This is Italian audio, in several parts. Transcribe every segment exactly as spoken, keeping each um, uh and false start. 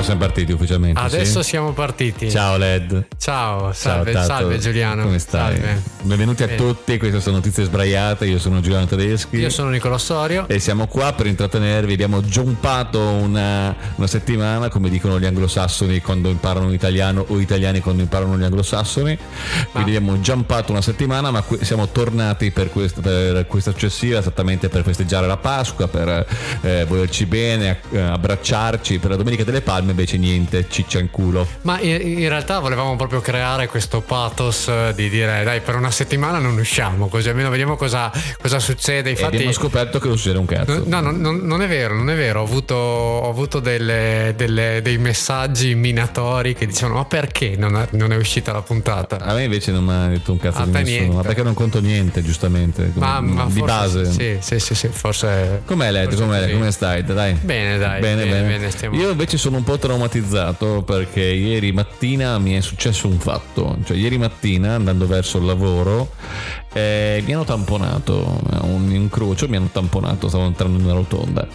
siamo partiti ufficialmente. Adesso sì? siamo partiti. Ciao Led. Ciao, salve, Ciao, salve Giuliano. Come stai? Salve. Benvenuti Bene. a tutti, queste sono Notizie Sbraiate, io sono Giuliano Tedeschi. Io sono Nicolò Sorio. E siamo qua per intrattenervi. Abbiamo giumpato una, una settimana, come dicono gli anglosassoni quando imparano italiano, o italiani quando imparano gli anglosassoni. Quindi Ma- abbiamo giumpato una settimana, ma qui siamo tornati per questa, per questa successiva, esattamente per festeggiare la Pasqua, per eh, volerci bene, eh, abbracciarci. Per la Domenica delle Palme invece niente, ciccia in culo. Ma in, in realtà volevamo proprio creare questo pathos di dire dai, per una settimana non usciamo, così almeno vediamo cosa, cosa succede. E Infatti abbiamo scoperto che non succede un cazzo. No, no, non, non è vero, non è vero. Ho avuto, ho avuto delle, delle- dei messaggi minatori che dicevano: ma perché non è, non è uscita la puntata? A me invece non mi ha detto un cazzo A di te nessuno, niente. ma perché non conto niente, giustamente. Ma, ma di forse- base. Sì, sì, sì, sì, forse. Com'è Led? forse Com'è? così. Come stai? Dai. Bene, dai. Bene, bene, bene. bene, stiamo- Io invece sono un po' traumatizzato perché ieri mattina mi è successo un fatto. Cioè, ieri mattina andando verso il lavoro eh, mi hanno tamponato, un incrocio mi hanno tamponato, stavo entrando in una rotonda.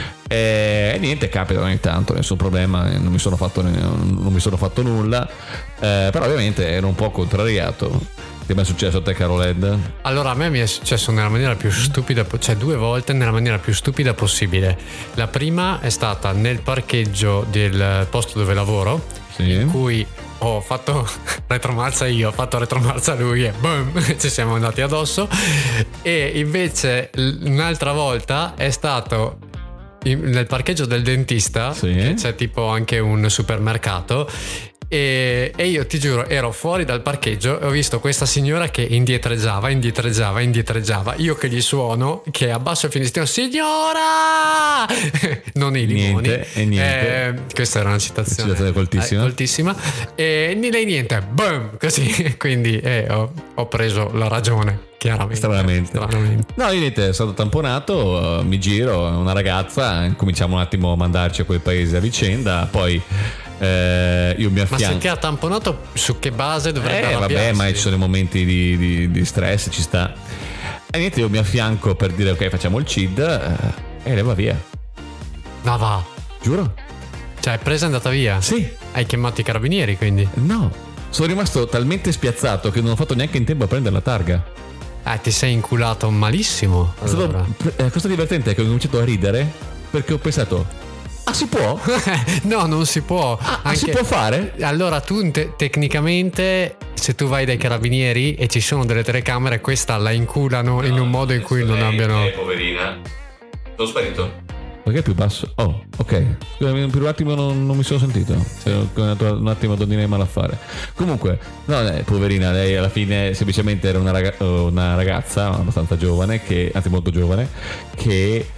E niente, capita ogni tanto, nessun problema, non mi sono fatto, non mi sono fatto nulla, eh, però ovviamente ero un po' contrariato. Ti è mai successo a te, caro Led? Allora, a me mi è successo nella maniera più stupida, cioè due volte nella maniera più stupida possibile. La prima è stata nel parcheggio del posto dove lavoro, Sì. in cui ho fatto retromarcia io, ho fatto retromarcia lui e boom, ci siamo andati addosso. E invece l- un'altra volta è stato in- nel parcheggio del dentista, Sì. che c'è tipo anche un supermercato. E, e io ti giuro, ero fuori dal parcheggio e ho visto questa signora che indietreggiava, indietreggiava, indietreggiava. Io che gli suono, che abbasso il finestrino, signora! Non i limoni. Niente, e niente. Eh, questa era una citazione, Citazione coltissima. eh, coltissima. E di lei niente, boom, così. Quindi eh, ho, ho preso la ragione, chiaramente. Stranamente. Stranamente. No, io niente, sono stato tamponato, uh, mi giro, una ragazza, cominciamo un attimo a mandarci a quel paese a vicenda, poi eh, io mi Ma se affianco. ti ha tamponato, su che base dovrebbe Eh vabbè, arrabbiarsi? ma ci sono i momenti di, di- di stress, ci sta. E niente, io mi affianco per dire ok, facciamo il C I D eh, e lei va via. Ma va. Giuro? Cioè, è presa e è andata via? Sì. Hai chiamato i carabinieri, quindi? No. Sono rimasto talmente spiazzato che non ho fatto neanche in tempo a prendere la targa. Eh, ti sei inculato malissimo. È stato- Allora. eh, la cosa divertente è che ho cominciato a ridere perché ho pensato, ah si può? No, non si può. Ah, si può fare? Allora, tu te- tecnicamente, se tu vai dai carabinieri e ci sono delle telecamere, questa la inculano in un modo in cui non abbiano. poverina. Sono sparito. Perché è più basso? Oh, ok. Scusami, per un attimo non, non mi sono sentito. Sono andato un attimo a dormire malaffare. Comunque, no, eh, poverina, lei alla fine semplicemente era una, raga- una ragazza abbastanza giovane, che, anzi molto giovane, che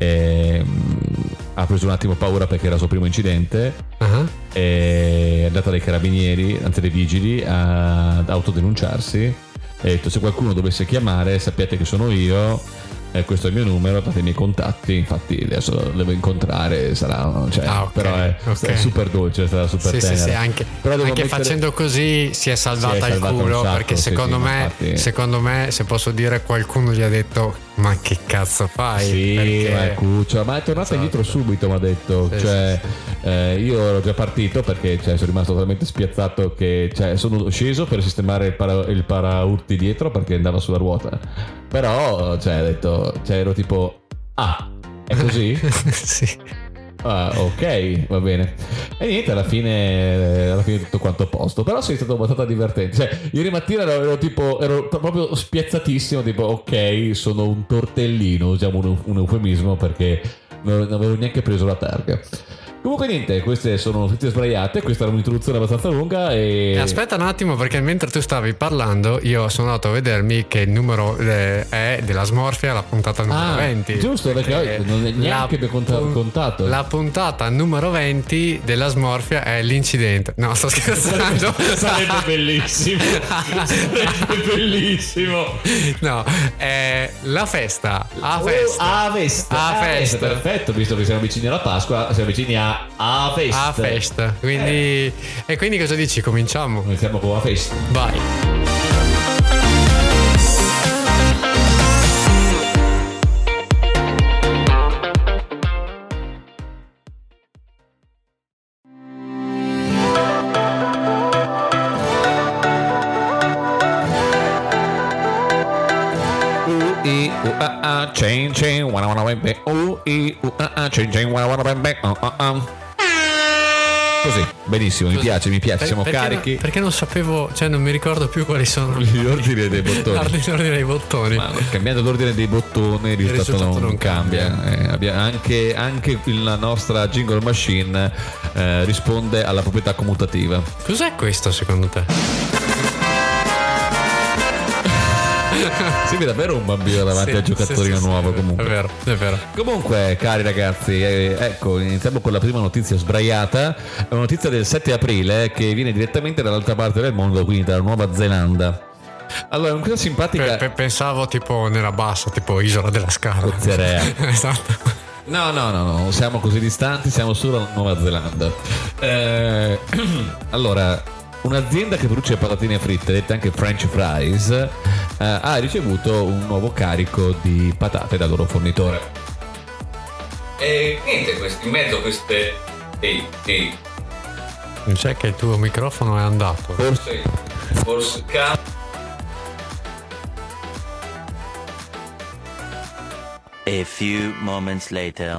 ehm, ha preso un attimo paura perché era il suo primo incidente. Ah, È andata dai carabinieri, anzi dai vigili, ad autodenunciarsi. E ha detto: se qualcuno dovesse chiamare, sappiate che sono io. Eh, questo è il mio numero, date i miei contatti. Infatti adesso lo devo incontrare, sarà, cioè, Ah, ok, però è, ok. è super dolce, sarà super sì, sì, tenera. sì, anche, Però devo anche mettere- facendo così si è salvata Si è il salvata un culo, sacco, perché sì, secondo sì, me, infatti. secondo me, se posso dire, qualcuno gli ha detto: ma che cazzo fai? Sì, Perché- ma è cuccio, ma è tornata Esatto. indietro subito, mi ha detto. Sì, Cioè, sì, eh, io ero già partito perché cioè, sono rimasto totalmente spiazzato che cioè, sono sceso per sistemare il, para, il paraurti dietro perché andava sulla ruota. Però, cioè, ho detto, cioè, ero tipo, ah, è così? sì. Ah, ok, va bene. E niente, alla fine, alla fine tutto quanto a posto. Però sei stato abbastanza divertente. Cioè, ieri mattina ero, ero tipo, ero proprio spiazzatissimo. Tipo, ok, sono un tortellino, usiamo un, un eufemismo perché non, non avevo neanche preso la targa. Comunque niente, queste sono notizie sbagliate. Questa era un'introduzione abbastanza lunga e... E aspetta un attimo, perché mentre tu stavi parlando io sono andato a vedermi che il numero eh, è della smorfia, la puntata numero Ah, venti. giusto, perché non è neanche abbiamo conta- pun- contato. La puntata numero venti della smorfia è l'incidente. No, sto scherzando. Sarebbe bellissimo. Sarebbe bellissimo. No, è la festa. A Oh, festa. a festa. A A festa. Perfetto, visto che siamo vicini alla Pasqua, siamo vicini a a festa. A festa. Quindi, e quindi cosa dici? Cominciamo? Iniziamo con la festa. Vai. uh, ah, ah, chain, chain, wanna, wanna, bang, bang, uh, i, uh, ah, ah, chain, chain, wanna, wanna, bang, bang, uh, uh, uh. Così, benissimo, mi piace, mi piace, siamo perché carichi. No, perché non sapevo, cioè non mi ricordo più quali sono gli ordini dei bottoni. L'ordine dei bottoni. Ma cambiando l'ordine dei bottoni, il risultato, il risultato non, non cambia. cambia. Eh, abbia, anche, anche la nostra jingle machine eh, risponde alla proprietà commutativa. Cos'è questo secondo te? Sembra davvero un bambino davanti sì, al giocattolino sì, sì, nuovo. Sì, comunque è vero, è vero. Comunque, cari ragazzi, eh, ecco, iniziamo con la prima notizia sbraiata. È una notizia del sette aprile che viene direttamente dall'altra parte del mondo, quindi dalla Nuova Zelanda. Allora, è una cosa simpatica. P- pensavo tipo nella bassa, tipo Isola della Scala. Esatto. No, no, no, no, siamo così distanti, siamo solo alla Nuova Zelanda. Eh, allora, un'azienda che produce patatine fritte, dette anche French fries, eh, ha ricevuto un nuovo carico di patate dal loro fornitore. E niente, questi, in mezzo a queste... Ehi, ehi. Non c'è che il tuo microfono è andato. Forse... Forse... Ca- A few moments later.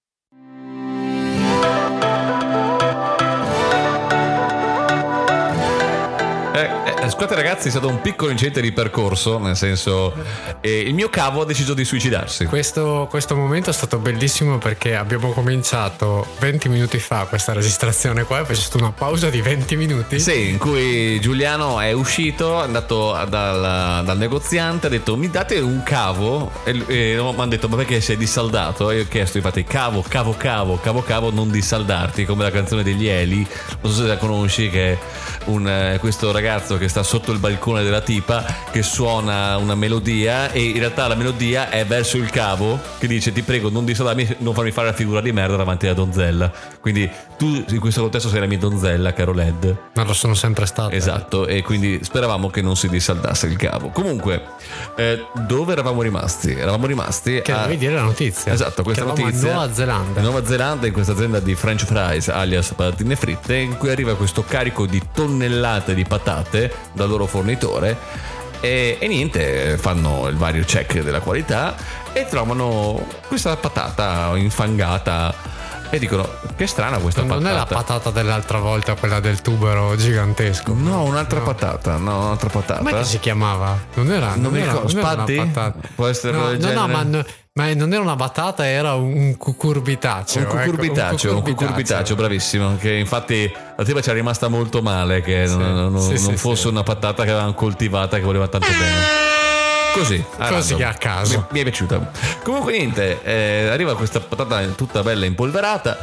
Scusate ragazzi, è stato un piccolo incidente di percorso, nel senso eh, il mio cavo ha deciso di suicidarsi. Questo, questo momento è stato bellissimo perché abbiamo cominciato venti minuti fa questa registrazione qua e poi c'è stata una pausa di venti minuti. Sì, in cui Giuliano è uscito, è andato dal, dal negoziante, ha detto mi date un cavo e, e mi hanno detto ma perché sei dissaldato? E io ho chiesto infatti cavo, cavo, cavo, cavo, cavo, non dissaldarti, come la canzone degli Eli, non so se la conosci, che è un, eh, questo ragazzo che sta sotto il balcone della tipa che suona una melodia e in realtà la melodia è verso il cavo che dice ti prego non dissaldarmi, non farmi fare la figura di merda davanti alla donzella, quindi tu in questo contesto sei la mia donzella, caro Led. Ma lo sono sempre stato. Esatto, e quindi speravamo che non si dissaldasse il cavo. Comunque eh, dove eravamo rimasti? Eravamo rimasti che a... devi dire la notizia. Esatto, questa notizia in Nuova Zelanda in Nuova Zelanda, in questa azienda di French fries alias patatine fritte, in cui arriva questo carico di tonnellate di patate dal loro fornitore e, e niente, fanno il vario check della qualità e trovano questa patata infangata e dicono che strana questa non patata. Non è la patata dell'altra volta, quella del tubero gigantesco? No, un'altra no. patata, no, un'altra patata. Come si chiamava? Non era, non, non mi ricordo, spaghetti? Può essere no, del no, genere? no, ma, no, ma non era una batata, era un cucurbitaceo. Un cucurbitaceo, ecco, un cucurbitaceo, bravissimo. Che infatti la tipa ci è rimasta molto male che sì, non, non, sì, non sì, fosse sì. una patata che avevano coltivata che voleva tanto bene. Così, così a caso. Mi, mi è piaciuta. Comunque niente, eh, arriva questa patata tutta bella impolverata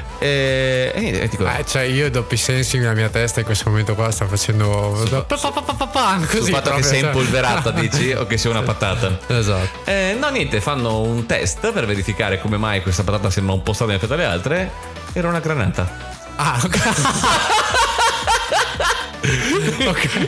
e, e niente, dico, eh, cioè io doppi sensi nella mia testa in questo momento qua sta facendo sul fatto che sia impolverata dici o che sia una patata. Esatto. Eh, no niente, fanno un test per verificare come mai questa patata sembra un po' strana rispetto alle altre. Era una granata. Ah, ok. Ok.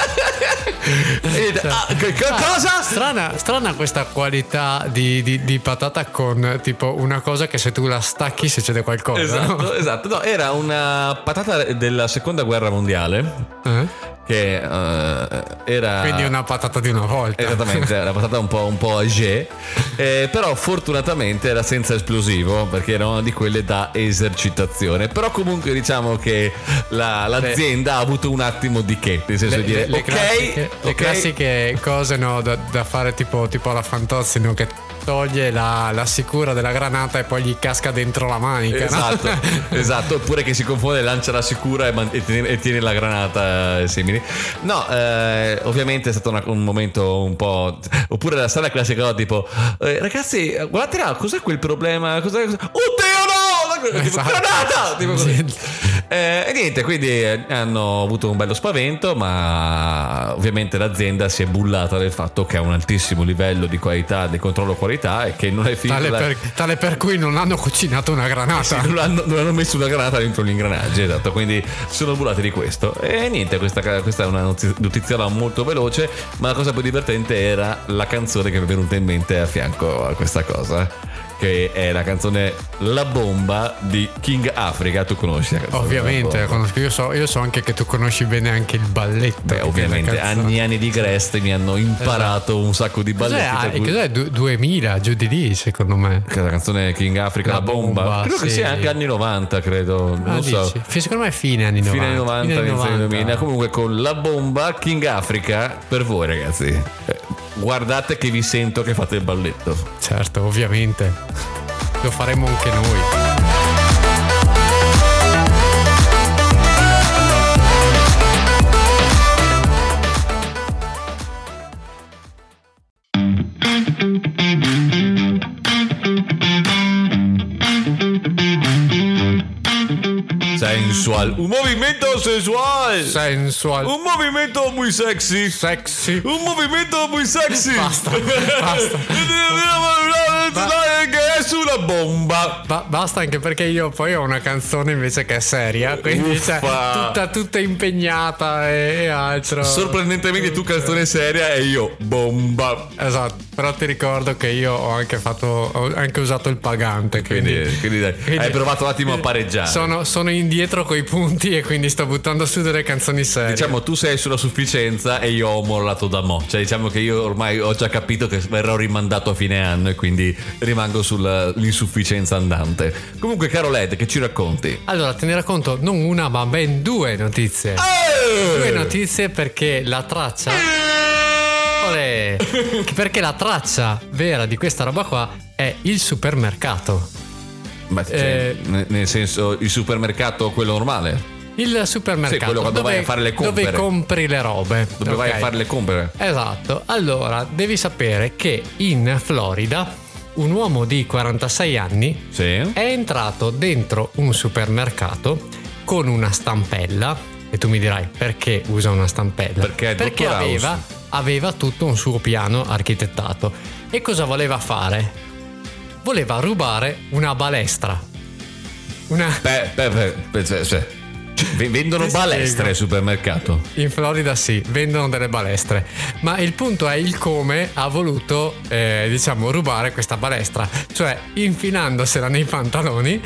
Cioè, ah, che, che cosa? Strana, strana questa qualità di, di, di patata con tipo una cosa che se tu la stacchi succede qualcosa. Esatto, no? esatto. No, era una patata della seconda guerra mondiale. Eh? Che uh, era quindi una patata di una volta. Esattamente, era una patata un po', un po' âgée, eh, però fortunatamente era senza esplosivo perché era una di quelle da esercitazione. Però comunque diciamo che la, l'azienda Beh, ha avuto un attimo di che, nel senso le, di dire le, ok, classiche, okay. Le classiche cose no, da, da fare tipo, tipo alla Fantozzi, no, che toglie la, la sicura della granata e poi gli casca dentro la manica. Esatto, no? Esatto. Oppure che si confonde, lancia la sicura e, man- e, tiene, e tiene la granata e simili. No, eh, ovviamente è stato una, un momento un po'. Oppure la strana classica tipo eh, ragazzi, guardate là, cos'è quel problema? Cos'è? Oddio no! Tipo, esatto. Granata! Tipo così. Eh, e niente, quindi hanno avuto un bello spavento, ma ovviamente l'azienda si è bullata del fatto che ha un altissimo livello di qualità, di controllo qualità e che non è finito. Tale, la... per, tale per cui non hanno cucinato una granata. Sì, non, hanno, non hanno messo una granata dentro gli ingranaggi, esatto. Quindi si sono bullati di questo. E niente, questa, questa è una notizia molto veloce, ma la cosa più divertente era la canzone che mi è venuta in mente a fianco a questa cosa. che è la canzone La Bomba di King Africa. Tu conosci la canzone? Ovviamente la conosco, io so, io so anche che tu conosci bene anche il balletto. Beh, ovviamente anni e anni di Greste mi hanno imparato esatto. un sacco di balletti. Cos'è, cui... cos'è du- duemila, giù di lì secondo me. La canzone King Africa, La, la bomba. bomba credo sì. che sia anche anni novanta, credo. Non ah, so. Dici? Secondo me è fine anni novanta. Fine anni novanta, fine inizio anni duemila. Comunque con La Bomba, King Africa per voi ragazzi. Guardate che vi sento che fate il balletto. Certo, ovviamente. Lo faremo anche noi. Sensual, un movimento sensual, sensual, un movimento muy sexy, sexy, un movimento muy sexy. Basta, basta. Che è sulla bomba. Ba- basta anche perché io poi ho una canzone invece che è seria, quindi cioè, tutta, tutta impegnata e, e altro. Sorprendentemente tu canzone seria e io bomba. Esatto, però ti ricordo che io ho anche fatto, ho anche usato il pagante, quindi, quindi, quindi, dai, quindi hai provato un attimo a pareggiare. Sono, sono indietro coi punti e quindi sto buttando su delle canzoni serie. Diciamo tu sei sulla sufficienza e io ho mollato da mo'. Cioè diciamo che io ormai ho già capito che verrò rimandato a fine anno e quindi rimango sull'insufficienza andante. Comunque caro Led, che ci racconti? Allora te ne racconto non una ma ben due notizie. Eeeh! Due notizie perché la traccia Olè! Perché la traccia vera di questa roba qua è il supermercato. Ma cioè, eh, nel senso il supermercato quello normale? Il supermercato, sì, quello quando dove, vai a fare le compere, dove compri le robe, dove okay. vai a fare le compere. Esatto. Allora devi sapere che in Florida un uomo di quarantasei anni sì. è entrato dentro un supermercato con una stampella. E tu mi dirai perché usa una stampella? Perché, Perché aveva, aveva tutto un suo piano architettato. E cosa voleva fare? Voleva rubare una balestra. Una... Beh, beh, beh, beh cioè, cioè. Vendono Ti balestre spiego. al supermercato? In Florida sì, vendono delle balestre. Ma il punto è il come ha voluto, eh, diciamo, rubare questa balestra. Cioè, infilandosela nei pantaloni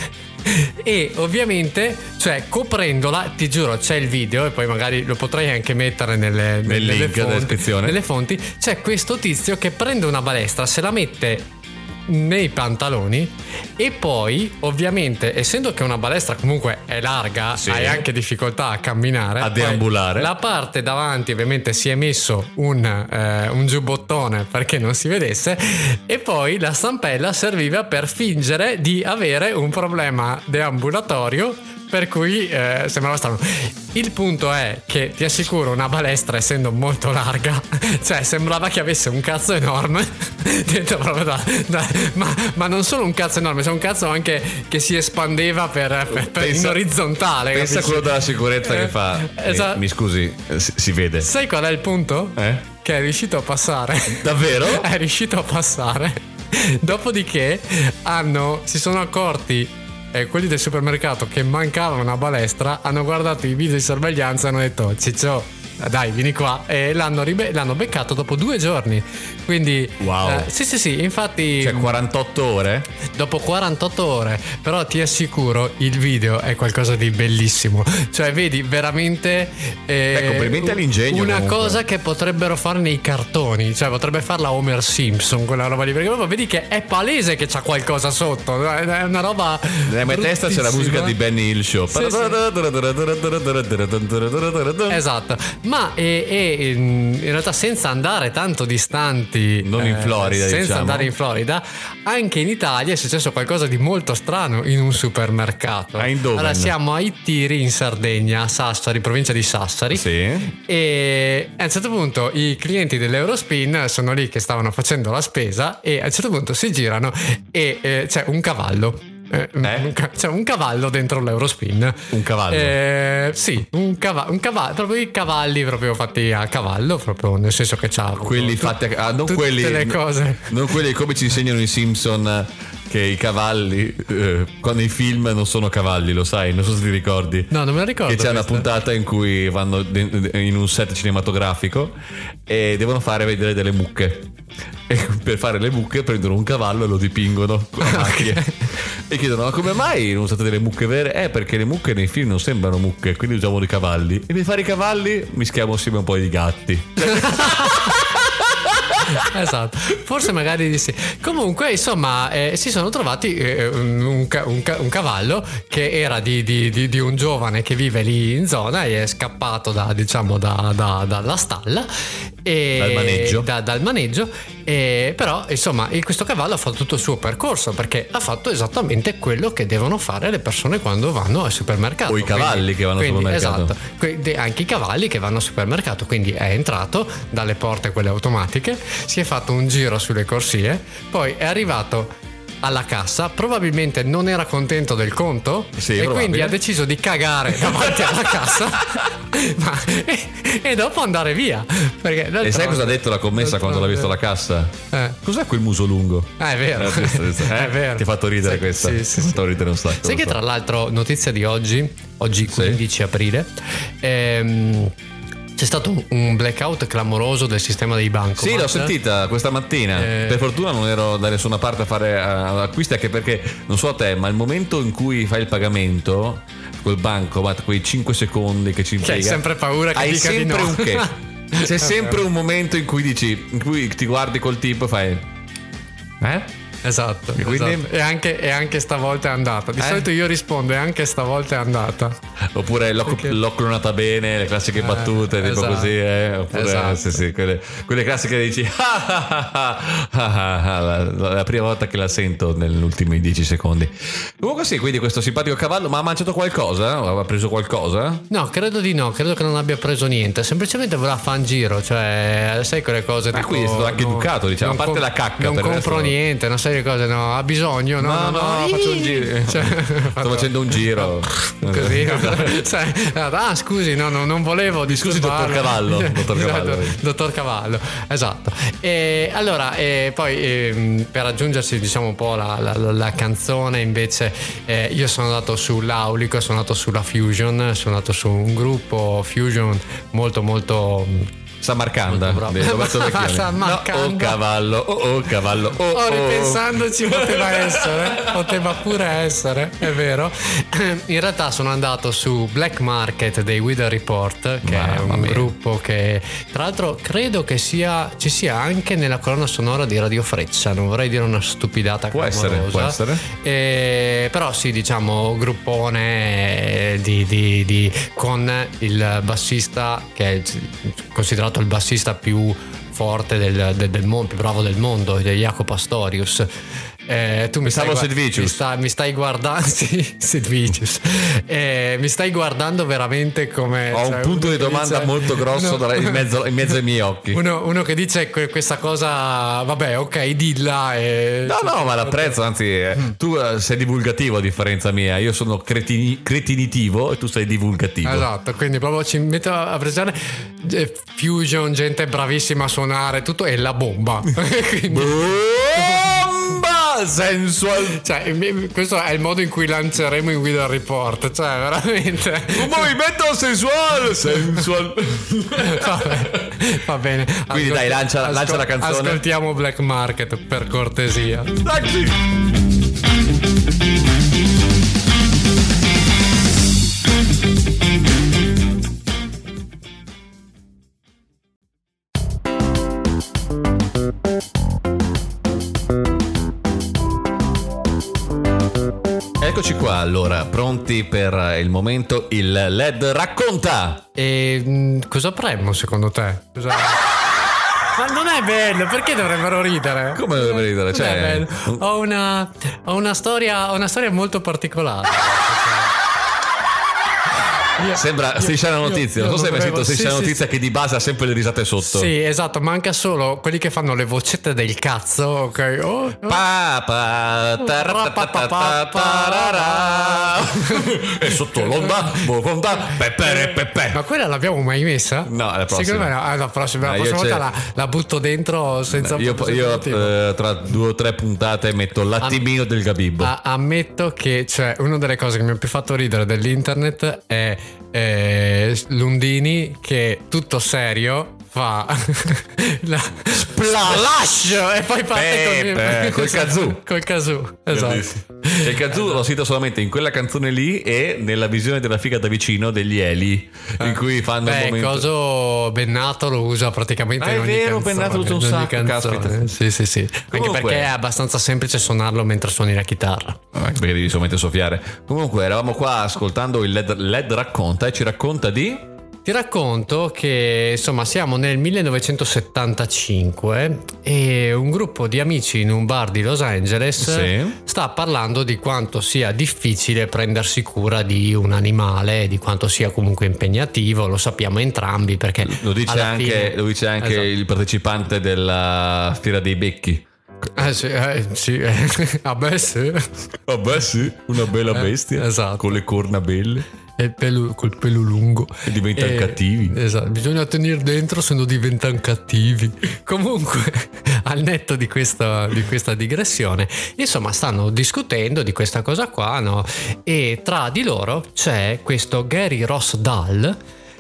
e ovviamente, cioè, coprendola, ti giuro, c'è il video e poi magari lo potrei anche mettere nelle, nel nelle link fonti, della descrizione. Nelle fonti. C'è questo tizio che prende una balestra, se la mette nei pantaloni e poi ovviamente essendo che una balestra comunque è larga sì. hai anche difficoltà a camminare, a deambulare. La parte davanti ovviamente si è messo un, eh, un giubbottone perché non si vedesse e poi la stampella serviva per fingere di avere un problema deambulatorio per cui eh, sembrava strano. Il punto è che ti assicuro una balestra essendo molto larga, cioè sembrava che avesse un cazzo enorme dentro proprio da, da, ma, ma non solo un cazzo enorme, cioè un cazzo anche che si espandeva per, per, per pensa, in orizzontale. Pensa a quello della sicurezza eh, che fa esatto. mi, mi scusi, si, si vede. Sai qual è il punto? Eh? Che è riuscito a passare. Davvero? È riuscito a passare. Dopodiché hanno si sono accorti e quelli del supermercato che mancava una balestra hanno guardato i video di sorveglianza e hanno detto Ciccio dai vieni qua e l'hanno, ribe- l'hanno beccato dopo due giorni quindi wow eh, sì sì sì infatti cioè quarantotto ore dopo quarantotto ore però ti assicuro il video è qualcosa di bellissimo cioè vedi veramente eh, eh, complimenti all'ingegno una comunque. Cosa che potrebbero fare nei cartoni cioè potrebbe farla Homer Simpson quella roba lì perché proprio vedi che è palese che c'ha qualcosa sotto è una roba nella mia testa c'è la musica di Benny Hill Show sì, sì. Esatto ma e, e, in realtà senza andare tanto distanti non in Florida eh, senza diciamo. andare in Florida anche in Italia è successo qualcosa di molto strano in un supermercato. A Eindhoven. Allora siamo a Ittiri in Sardegna, Sassari, provincia di Sassari sì. E a un certo punto i clienti dell'Eurospin sono lì che stavano facendo la spesa e a un certo punto si girano e eh, c'è un cavallo Eh? Un, ca- cioè un cavallo dentro l'Eurospin. Un cavallo? Eh, sì, un, cava- un cavallo, proprio i cavalli proprio fatti a cavallo, proprio nel senso che c'ha quelli tu- fatti a ah, non tutte quelli le cose. Non quelli come ci insegnano i Simpson che i cavalli eh, quando i film non sono cavalli, lo sai, non so se ti ricordi. No, non me la ricordo. Che c'è questa. una puntata in cui vanno in un set cinematografico e devono fare vedere delle mucche. E per fare le mucche prendono un cavallo e lo dipingono con la macchia. Okay. E chiedono: ma come mai non usate delle mucche vere? Eh, perché le mucche nei film non sembrano mucche, quindi usiamo dei cavalli. E per fare i cavalli mischiamo assieme un po' di gatti. Esatto, forse magari di sì. Comunque, insomma, eh, si sono trovati eh, un, un, un cavallo che era di, di, di, di un giovane che vive lì in zona e è scappato da, diciamo, da, da, dalla stalla e dal maneggio, da, dal maneggio e, però insomma questo cavallo ha fatto tutto il suo percorso, perché ha fatto esattamente quello che devono fare le persone quando vanno al supermercato, o i cavalli quindi, che vanno al quindi, supermercato. Esatto, anche i cavalli che vanno al supermercato. Quindi è entrato dalle porte quelle automatiche, si è fatto un giro sulle corsie, poi è arrivato alla cassa, probabilmente non era contento del conto, sì, e probabile. Quindi ha deciso di cagare davanti alla cassa ma, e, e dopo andare via, perché e sai cosa ha detto la commessa quando l'ha visto alla cassa? Eh. Cos'è quel muso lungo? Ah, è vero, eh, giusto, giusto. Eh? È vero. Ti ha fatto ridere sì, questa sì, ti sì, ha fatto ridere un sacco. Sai che so. Tra l'altro, notizia di oggi oggi quindici sì. aprile, ehm c'è stato un blackout clamoroso del sistema dei bancomat. Sì, l'ho sentita questa mattina. Eh... Per fortuna non ero da nessuna parte a fare uh, acquisti, anche perché, non so a te, ma il momento in cui fai il pagamento col bancomat, quei cinque secondi che ci impiega, hai sempre paura che hai dica sempre di no. un che. C'è sempre un momento in cui dici, in cui ti guardi col tipo e fai eh? Esatto, e, quindi... esatto. E, anche, e anche stavolta è andata. Di eh? solito io rispondo e anche stavolta è andata. Oppure l'ho, Perché... l'ho clonata bene, le classiche eh, battute, esatto, tipo così, eh? Oppure esatto. sì, sì, quelle, quelle classiche che dici la, la prima volta che la sento negli ultimi dieci secondi. Comunque sì, quindi questo simpatico cavallo, ma ha mangiato qualcosa? Aveva preso qualcosa? No, credo di no, credo che non abbia preso niente, semplicemente voleva fare un giro, cioè sai quelle cose. Ma tipo, quindi è stato anche no, educato, diciamo, a parte com- la cacca. Non per compro resto... niente, non sai di cose, no, ha bisogno, no, no, no, no, no faccio un giro, cioè, sto facendo un giro così, cioè, ah scusi, no, no, non volevo scusi dottor Cavallo, dottor Cavallo, dottor Cavallo, esatto. E allora, e poi e, per aggiungersi, diciamo, un po' la, la, la canzone, invece, eh, io sono andato sull'Aulico, sono andato sulla Fusion, sono andato su un gruppo Fusion molto molto Samarcanda, no, oh cavallo, oh, oh cavallo, oh, oh, ripensandoci poteva essere, poteva pure essere, è vero. In realtà sono andato su Black Market dei Weather Report, che Mamma è un mia. gruppo che tra l'altro credo che sia ci sia anche nella colonna sonora di Radio Freccia, non vorrei dire una stupidata può essere, può essere. E, però sì, diciamo gruppone di, di, di, con il bassista che è considerato il bassista più forte del, del, del mondo, più bravo del mondo, di Jacopo Pastorius. Eh, tu mi stai, guard- mi, sta, mi stai guardando sì, Silvicius. Eh, mi stai guardando veramente come ho cioè, un punto di domanda dice, molto grosso uno, in, mezzo, in mezzo ai miei occhi. Uno, uno che dice questa cosa, vabbè, ok, dilla e... no no ma l'apprezzo, anzi eh, mm. tu sei divulgativo a differenza mia, io sono cretini, cretinitivo e tu sei divulgativo. Esatto, quindi proprio ci metto a presione eh, Fusion, gente bravissima a suonare tutto, e la bomba. Quindi... bomba sensual, cioè questo è il modo in cui lanceremo in Weather Report, cioè veramente un movimento sensual sensual Vabbè, va bene, quindi Ascol- dai lancia, ascol- lancia la canzone, ascoltiamo Black Market per cortesia. Taxi. Eccoci qua, allora, pronti per il momento, il L E D racconta. E mh, cosa avremmo secondo te? Cosa... Ma non è bello, perché dovrebbero ridere? Come dovrebbero ridere? Non cioè... è bello. Ho una, ho una storia, ho una storia molto particolare. io, Sembra Striscia la Notizia. io, Non so se hai mai dovevo, sentito Striscia sì, la Notizia sì, che di base ha sempre le risate sotto. Sì, esatto, manca solo quelli che fanno le vocette del cazzo, ok? Oh, oh. Pa, pa, tar, ta, ta, ta, tarara. E sotto l'onda, bofonda, pepe, pepe. Ma quella l'abbiamo mai messa? No, la prossima. Secondo me no, la prossima, la No, io prossima volta c'è- la, la butto dentro senza Io, senza io motivo. eh, tra due o tre puntate metto l'attimino del Gabibbo. A- ammetto che cioè, una delle cose che mi ha più fatto ridere dell'internet è eh, Lundini che tutto serio fa la splash e poi parte Pepe, con col kazoo. col kazoo, esatto. E il kazoo l'ho sentito solamente in quella canzone lì e nella visione della figa da vicino degli Eli, in cui fanno Beh, un momento. coso Bennato lo usa praticamente Ah, in è ogni vero, canzone, Bennato lo usa un in ogni sacco, canzone. caspita. Sì, sì, sì. Anche Comunque- perché è abbastanza semplice suonarlo mentre suoni la chitarra. Ah, perché devi solamente soffiare. Comunque eravamo qua ascoltando il Led, Led racconta e ci racconta di Ti racconto che insomma siamo nel millenovecentosettantacinque e un gruppo di amici in un bar di Los Angeles Sì. sta parlando di quanto sia difficile prendersi cura di un animale, di quanto sia comunque impegnativo, lo sappiamo entrambi perché lo dice alla anche, fine- lo dice anche Esatto. il partecipante della Fiera dei Becchi. Eh sì, eh, sì. Ah beh sì. Vabbè sì, una bella Eh, bestia esatto. con le corna belle E il pelo, col pelo lungo e diventano E- cattivi. Esatto, bisogna tenere dentro se no diventano cattivi. Comunque, al netto di questa, di questa digressione, insomma, stanno discutendo di questa cosa qua, no? E tra di loro c'è questo Gary Ross Dahl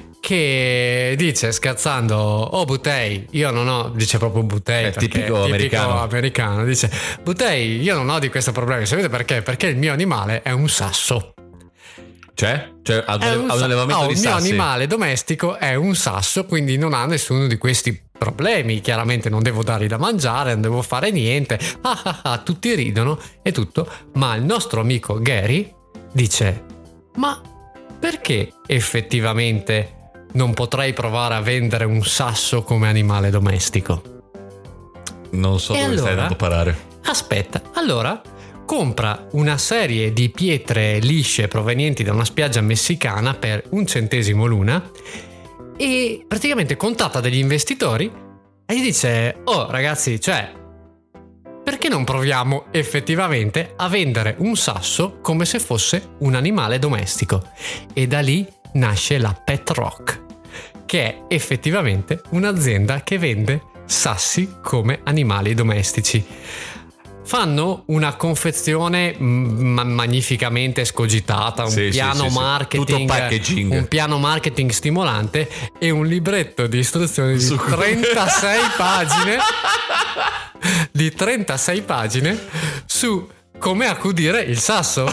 che dice scherzando: oh Butei, io non ho, dice proprio Butei, È perché tipico americano. americano, dice Butei, io non ho di questo problema, sapete perché? Perché il mio animale è un sasso. Cioè? Cioè ha un, È un ha un sa- allevamento no, di il mio sassi. animale domestico è un sasso, quindi non ha nessuno di questi problemi. Chiaramente non devo dargli da mangiare, non devo fare niente. Ah, ah, ah, tutti ridono e tutto. Ma il nostro amico Gary dice: ma perché effettivamente non potrei provare a vendere un sasso come animale domestico? Non so E dove stai allora? andando a parare. Aspetta, allora compra una serie di pietre lisce provenienti da una spiaggia messicana per un centesimo l'una e praticamente contatta degli investitori e gli dice: oh ragazzi, cioè, perché non proviamo effettivamente a vendere un sasso come se fosse un animale domestico? E da lì nasce la Pet Rock, che è effettivamente un'azienda che vende sassi come animali domestici. Fanno una confezione ma- magnificamente escogitata, un Sì, sì, piano sì, sì. marketing, Tutto packaging. un piano marketing stimolante e un libretto di istruzioni di Su- trentasei pagine di trentasei pagine su come accudire il sasso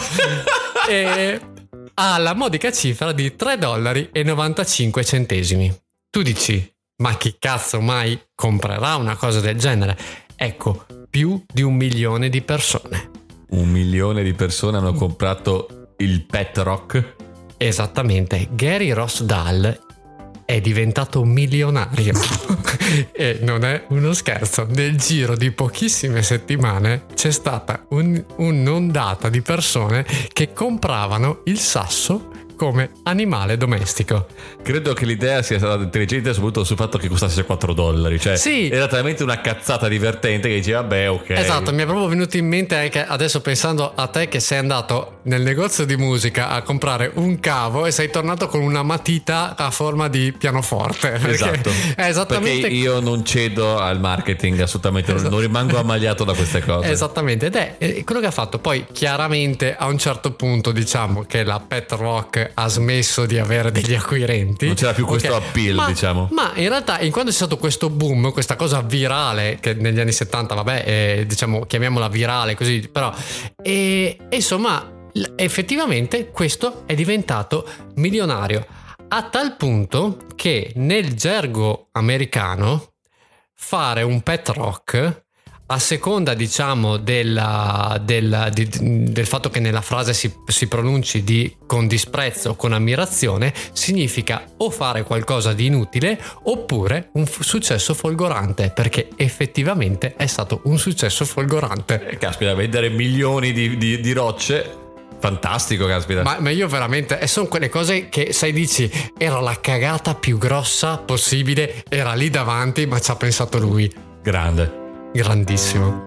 e ha la modica cifra di tre dollari e novantacinque centesimi. Tu dici: ma chi cazzo mai comprerà una cosa del genere? Ecco, più di un milione di persone. Un milione di persone hanno comprato il Pet Rock. Esattamente, Gary Ross Dahl è diventato milionario e non è uno scherzo. Nel giro di pochissime settimane c'è stata un, un'ondata di persone che compravano il sasso come animale domestico. Credo che l'idea sia stata intelligente soprattutto sul fatto che costasse quattro dollari. Cioè Sì. era talmente una cazzata divertente che diceva vabbè ok. Esatto, mi è proprio venuto in mente anche adesso pensando a te che sei andato nel negozio di musica a comprare un cavo e sei tornato con una matita a forma di pianoforte. Perché Esatto. È esattamente Perché io non cedo al marketing assolutamente, non- non rimango ammaliato da queste cose. Esattamente, ed è eh, quello che ha fatto. Poi chiaramente a un certo punto diciamo che la Pet Rock ha smesso di avere degli acquirenti. Non c'era più Ok, questo appeal, ma, diciamo. Ma in realtà in quando c'è stato questo boom, questa cosa virale che negli anni settanta, vabbè, eh, diciamo chiamiamola virale così, però e, e insomma l- effettivamente questo è diventato milionario a tal punto che nel gergo americano fare un pet rock, a seconda diciamo della, della, di, del fatto che nella frase si, si pronunci di con disprezzo o con ammirazione, significa o fare qualcosa di inutile oppure un f- successo folgorante, perché effettivamente è stato un successo folgorante. Eh, Caspita, vendere milioni di, di- di rocce Fantastico, caspita. Ma, ma io veramente, e sono quelle cose che sai, dici, era la cagata più grossa possibile, era lì davanti, ma ci ha pensato lui. Grande. Grandissimo.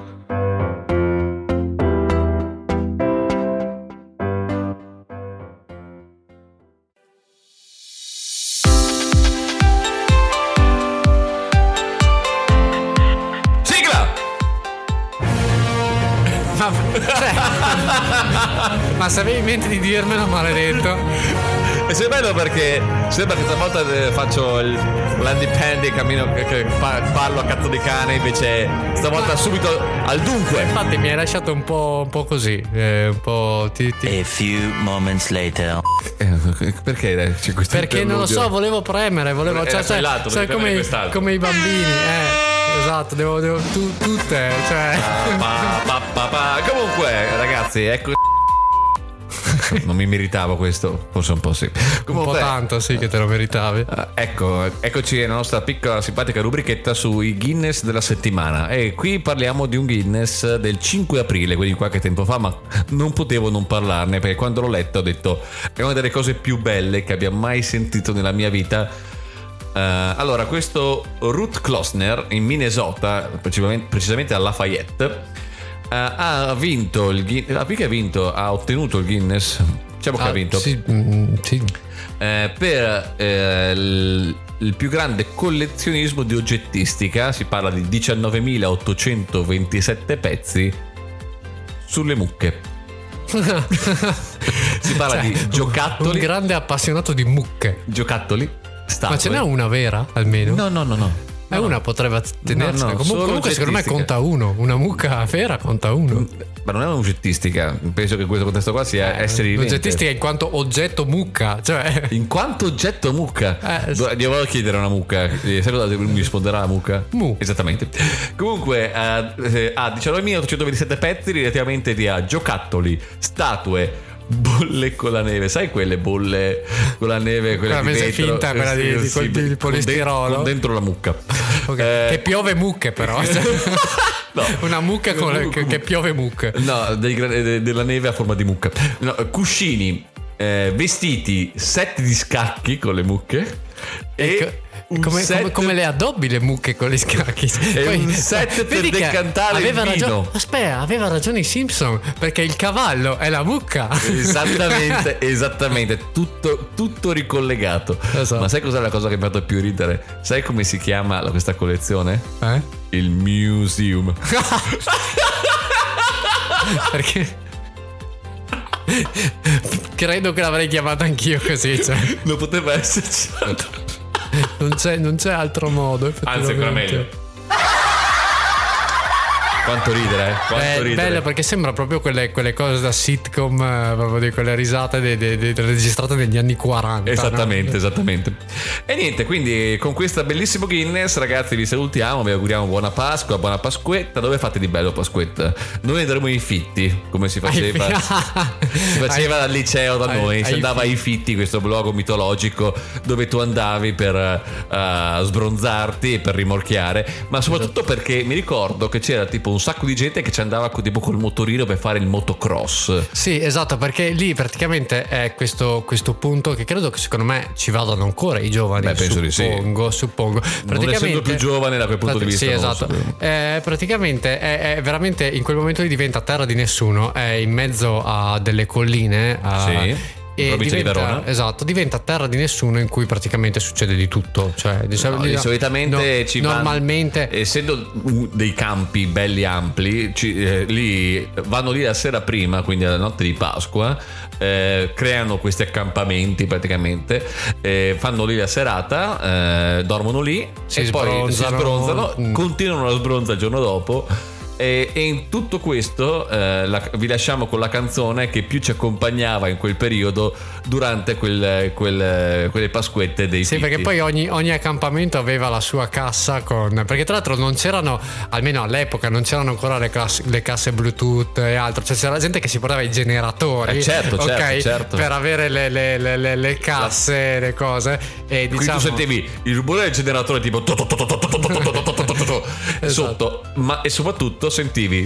Ma, cioè, ma se avevi in mente di dirmelo, maledetto. E sei bello perché sembra che stavolta faccio il l'independent cammino che, che parlo a cazzo di cane, invece stavolta subito al dunque. Infatti mi hai lasciato un po', un po' così, eh, un po' ti, ti... A few moments later. Eh, perché? C'è questo Perché non lo so, volevo premere, volevo, cioè, cioè, lato, cioè come, come i bambini, eh. Esatto, devo, devo tu, tutte, cioè. Pa, pa, pa, pa. Comunque, ragazzi, ecco. Non mi meritavo questo, forse un po' sì. Comunque, un po' tanto sì che te lo meritavi. Uh, ecco, eccoci nella nostra piccola simpatica rubrichetta sui Guinness della settimana. E qui parliamo di un Guinness del cinque aprile, quindi qualche tempo fa, ma non potevo non parlarne perché quando l'ho letto ho detto è una delle cose più belle che abbia mai sentito nella mia vita. Uh, allora, questo Ruth Klossner in Minnesota, precisamente, precisamente a Lafayette, uh, ha vinto il Guinness. Ah, perché ha vinto? Ha ottenuto il Guinness. Diciamo che ah, ha vinto. Sì, mm, sì. Uh, per uh, il, il più grande collezionismo di oggettistica. Si parla di diciannovemilaottocentoventisette pezzi sulle mucche. Si parla Cioè, di giocattoli. Un grande appassionato di mucche. Giocattoli. Statue. Ma ce n'è una vera almeno? No, no, no, no. E una potrebbe tenersi. No, no, comunque, comunque secondo me conta uno. Una mucca vera conta uno. Ma non è un'oggettistica. Penso che in questo contesto qua sia eh, essere vivente. L'oggettistica in quanto oggetto mucca, cioè. In quanto oggetto mucca. Eh, sì. Gli volevo chiedere a una mucca. Sai cosa mi risponderà la mucca? Mu. Esattamente. Comunque uh, ha diciannovemilaottocentoventisette pezzi relativamente di a giocattoli, statue, bolle con la neve, sai quelle bolle con la neve, quella, quella di messa vetro, finta, quella di, di, sì, di, di polistirolo con dentro la mucca. Okay. Eh, che piove mucche però. No, una mucca con le, che, che piove mucche. No, dei, de, della neve a forma di mucca. No, cuscini, eh, vestiti, set di scacchi con le mucche e Come, set... come, come le addobbi le mucche con gli scacchi. E poi, un set per decantare il vino. Ragione, aspetta, aveva ragione i Simpson, perché il cavallo è la mucca. Esattamente, esattamente, tutto, tutto ricollegato. So. Ma sai cos'è la cosa che mi ha fatto più ridere? Sai come si chiama questa collezione? Eh? Il Museum. Perché? Credo che l'avrei chiamata anch'io così, cioè. Non poteva esserci. Non c'è, non c'è altro modo. Anzi, ancora meglio. Quanto ridere, eh? Quanto È ridere. bello perché sembra proprio quelle, quelle cose da sitcom, eh, proprio di quelle risate de, de, de, registrate negli anni quaranta. Esattamente, no? esattamente. E niente, quindi con questo bellissimo Guinness, ragazzi, vi salutiamo, vi auguriamo buona Pasqua, buona Pasquetta. Dove fate di bello Pasquetta? Noi andremo ai Fitti, come si faceva, si faceva al liceo da noi. ai, si ai andava ai Fitti, questo luogo mitologico dove tu andavi per uh, sbronzarti e per rimorchiare, ma soprattutto esatto. Perché mi ricordo che c'era tipo un sacco di gente che ci andava tipo col motorino per fare il motocross. Sì, esatto, perché lì praticamente è questo, questo punto che credo che secondo me ci vadano ancora i giovani. Beh, penso suppongo, di sì. suppongo. Non essendo più giovane da quel punto di vista. Sì, esatto. Eh, praticamente è, è veramente in quel momento lì diventa terra di nessuno, è in mezzo a delle colline. A, sì. E provincia diventa, di Verona. Esatto, diventa terra di nessuno in cui praticamente succede di tutto. Cioè, diciamo, no, di, solitamente no, ci normalmente vanno, essendo dei campi belli ampli, ci, eh, lì vanno lì la sera prima, quindi alla notte di Pasqua, eh, creano questi accampamenti praticamente, eh, fanno lì la serata, eh, dormono lì si e sbronzano. poi si sbronzano, mm. continuano la sbronza il giorno dopo. E, e in tutto questo eh, la, vi lasciamo con la canzone che più ci accompagnava in quel periodo durante quel, quel, quelle Pasquette dei Sì, Fitti. perché poi ogni, ogni accampamento aveva la sua cassa con... Perché tra l'altro non c'erano, almeno all'epoca, non c'erano ancora le, classe, le casse Bluetooth e altro. Cioè c'era gente che si portava i generatori, eh certo, okay, certo, certo. per avere le, le, le, le, le casse, le cose. E quindi diciamo... tu sentivi il rumore del generatore tipo sotto, ma e soprattutto sentivi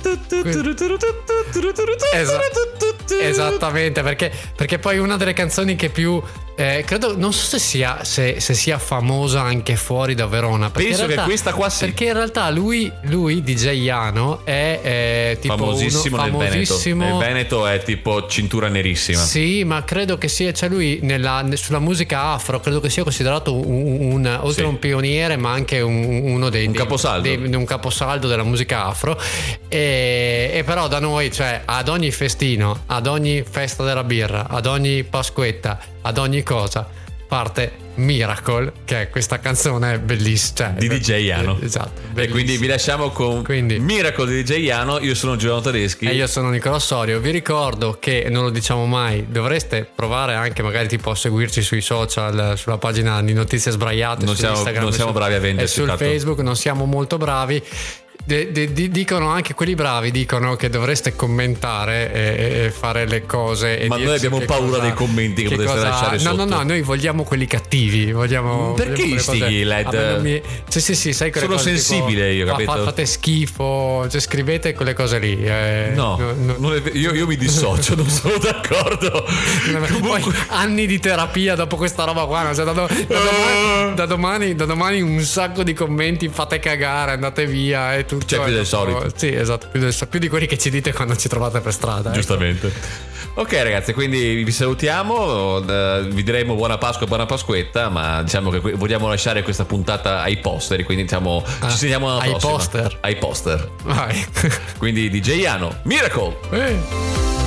Esa- esattamente, perché, perché poi una delle canzoni che più eh, credo, non so se sia, se, se sia famosa anche fuori da Verona, perché Penso in realtà, che questa qua sì. perché in realtà lui, lui D J Iano è eh, tipo famosissimo uno, nel famosissimo Veneto. Il Veneto è tipo cintura nerissima. Sì, ma credo che sia, cioè lui nella, sulla musica afro credo che sia considerato un, un oltre Sì. un pioniere, ma anche un, uno dei Un dei- caposaldo. dei- un caposaldo della musica afro. E, e però da noi, cioè, ad ogni festino, ad ogni festa della birra, ad ogni pasquetta, ad ogni cosa parte Miracle, che è questa canzone bellissima, cioè, Di D J Iano. Esatto. E quindi vi lasciamo con Quindi. Miracle di D J Iano. Io sono Giovanni Tedeschi. E io sono Nicola Sorio. Vi ricordo che non lo diciamo mai, dovreste provare anche magari tipo a seguirci sui social, sulla pagina di Notizie Sbraiate, Non su siamo- Instagram, non siamo su- bravi a venderci, e sul tanto. Facebook non siamo molto bravi. De- de- di- dicono anche quelli bravi dicono che dovreste commentare e, e fare le cose e Ma noi dirci abbiamo che paura cosa- dei commenti che potreste lasciare no sotto. no no noi vogliamo quelli cattivi, vogliamo Perché vogliamo quelle istighi cose- i led? a me non mi- sì sì sì sai quelle Sono cose tipo, sensibile io, fa- capito? fa- fate schifo, cioè scrivete quelle cose lì eh, No, no- non è ver- io, io mi dissocio, non sono d'accordo. Poi anni di terapia dopo questa roba qua, cioè, da, do- da domani, da, domani, da domani un sacco di commenti, fate cagare, andate via e tutto. C'è più e del dopo- solito. Sì, esatto, più, del, più di quelli che ci dite quando ci trovate per strada. ecco. Giustamente. Ok ragazzi, quindi vi salutiamo, eh, vi diremo buona Pasqua e buona Pasquetta, ma diciamo che que- vogliamo lasciare questa puntata ai posteri, quindi diciamo Ah, ci sentiamo alla ai prossima. poster. Ai poster. Vai. Quindi D J Iano, Miracle! Eh.